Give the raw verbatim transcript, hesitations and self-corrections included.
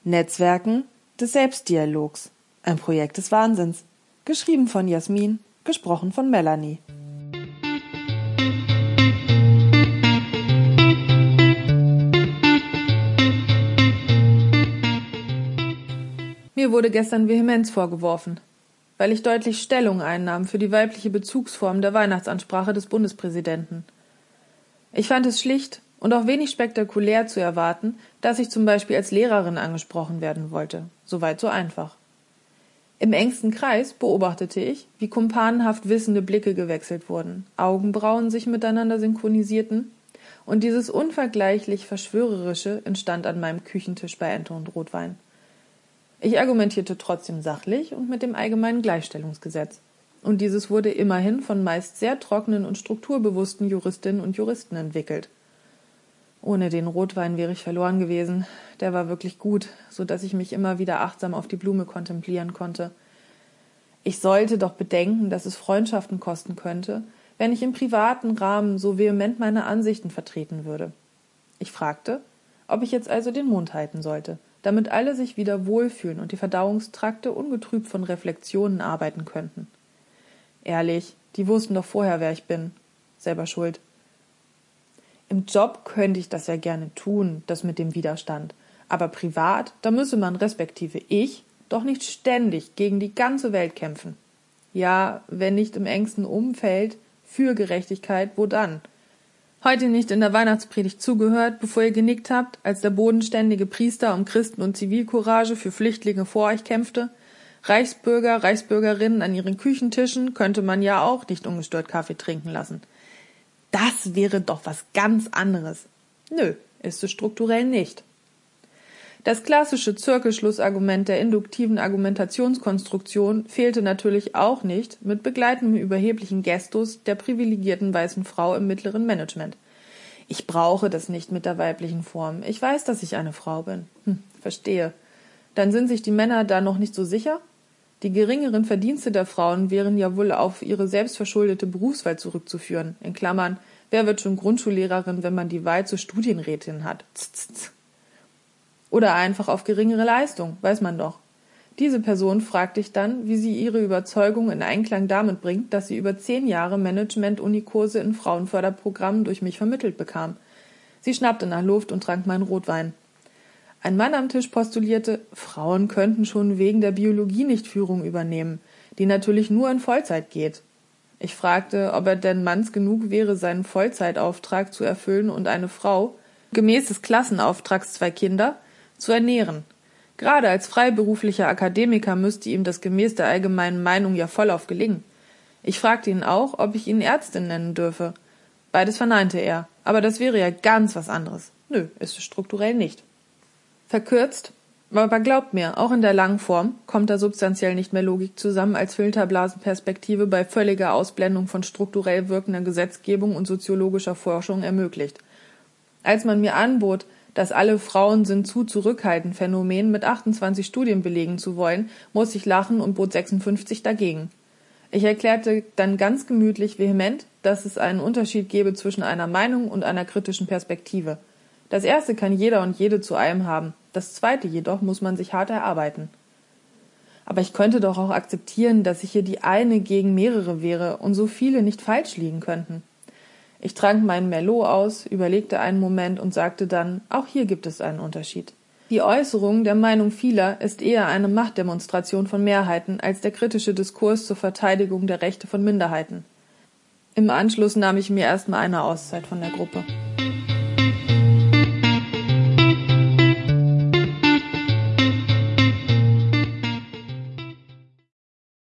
Netzwerken des Selbstdialogs. Ein Projekt des Wahnsinns. Geschrieben von Jasmin, gesprochen von Melanie. Mir wurde gestern Vehemenz vorgeworfen, weil ich deutlich Stellung einnahm für die weibliche Bezugsform der Weihnachtsansprache des Bundespräsidenten. Ich fand es schlicht und auch wenig spektakulär zu erwarten, dass ich zum Beispiel als Lehrerin angesprochen werden wollte. Soweit so einfach. Im engsten Kreis beobachtete ich, wie kumpanenhaft wissende Blicke gewechselt wurden, Augenbrauen sich miteinander synchronisierten und dieses unvergleichlich Verschwörerische entstand an meinem Küchentisch bei Ente und Rotwein. Ich argumentierte trotzdem sachlich und mit dem allgemeinen Gleichstellungsgesetz. Und dieses wurde immerhin von meist sehr trockenen und strukturbewussten Juristinnen und Juristen entwickelt. Ohne den Rotwein wäre ich verloren gewesen. Der war wirklich gut, so dass ich mich immer wieder achtsam auf die Blume kontemplieren konnte. Ich sollte doch bedenken, dass es Freundschaften kosten könnte, wenn ich im privaten Rahmen so vehement meine Ansichten vertreten würde. Ich fragte, ob ich jetzt also den Mund halten sollte, damit alle sich wieder wohlfühlen und die Verdauungstrakte ungetrübt von Reflexionen arbeiten könnten. Ehrlich, die wussten doch vorher, wer ich bin. Selber schuld. Im Job könnte ich das ja gerne tun, das mit dem Widerstand. Aber privat, da müsse man respektive ich doch nicht ständig gegen die ganze Welt kämpfen. Ja, wenn nicht im engsten Umfeld, für Gerechtigkeit, wo dann? Heute nicht in der Weihnachtspredigt zugehört, bevor ihr genickt habt, als der bodenständige Priester um Christen- und Zivilcourage für Flüchtlinge vor euch kämpfte? Reichsbürger, Reichsbürgerinnen an ihren Küchentischen könnte man ja auch nicht ungestört Kaffee trinken lassen. Das wäre doch was ganz anderes. Nö, ist es strukturell nicht. Das klassische Zirkelschlussargument der induktiven Argumentationskonstruktion fehlte natürlich auch nicht mit begleitendem überheblichen Gestus der privilegierten weißen Frau im mittleren Management. Ich brauche das nicht mit der weiblichen Form. Ich weiß, dass ich eine Frau bin. Hm, verstehe. Dann sind sich die Männer da noch nicht so sicher? Die geringeren Verdienste der Frauen wären ja wohl auf ihre selbstverschuldete Berufswahl zurückzuführen. In Klammern, wer wird schon Grundschullehrerin, wenn man die Wahl zur Studienrätin hat? Tz, tz, tz. Oder einfach auf geringere Leistung, weiß man doch. Diese Person fragte ich dann, wie sie ihre Überzeugung in Einklang damit bringt, dass sie über zehn Jahre Management-Unikurse in Frauenförderprogrammen durch mich vermittelt bekam. Sie schnappte nach Luft und trank meinen Rotwein. Ein Mann am Tisch postulierte, Frauen könnten schon wegen der Biologie nicht Führung übernehmen, die natürlich nur in Vollzeit geht. Ich fragte, ob er denn manns genug wäre, seinen Vollzeitauftrag zu erfüllen und eine Frau, gemäß des Klassenauftrags zwei Kinder, zu ernähren. Gerade als freiberuflicher Akademiker müsste ihm das gemäß der allgemeinen Meinung ja vollauf gelingen. Ich fragte ihn auch, ob ich ihn Ärztin nennen dürfe. Beides verneinte er, aber das wäre ja ganz was anderes. Nö, ist es strukturell nicht. Verkürzt, aber glaubt mir, auch in der langen Form kommt da substanziell nicht mehr Logik zusammen, als Filterblasenperspektive bei völliger Ausblendung von strukturell wirkender Gesetzgebung und soziologischer Forschung ermöglicht. Als man mir anbot, dass alle Frauen sind zu zurückhaltend Phänomen mit achtundzwanzig Studien belegen zu wollen, musste ich lachen und bot sechsundfünfzig dagegen. Ich erklärte dann ganz gemütlich vehement, dass es einen Unterschied gebe zwischen einer Meinung und einer kritischen Perspektive. Das erste kann jeder und jede zu allem haben, das zweite jedoch muss man sich hart erarbeiten. Aber ich könnte doch auch akzeptieren, dass ich hier die eine gegen mehrere wäre und so viele nicht falsch liegen könnten. Ich trank meinen Merlot aus, überlegte einen Moment und sagte dann, auch hier gibt es einen Unterschied. Die Äußerung der Meinung vieler ist eher eine Machtdemonstration von Mehrheiten als der kritische Diskurs zur Verteidigung der Rechte von Minderheiten. Im Anschluss nahm ich mir erstmal eine Auszeit von der Gruppe.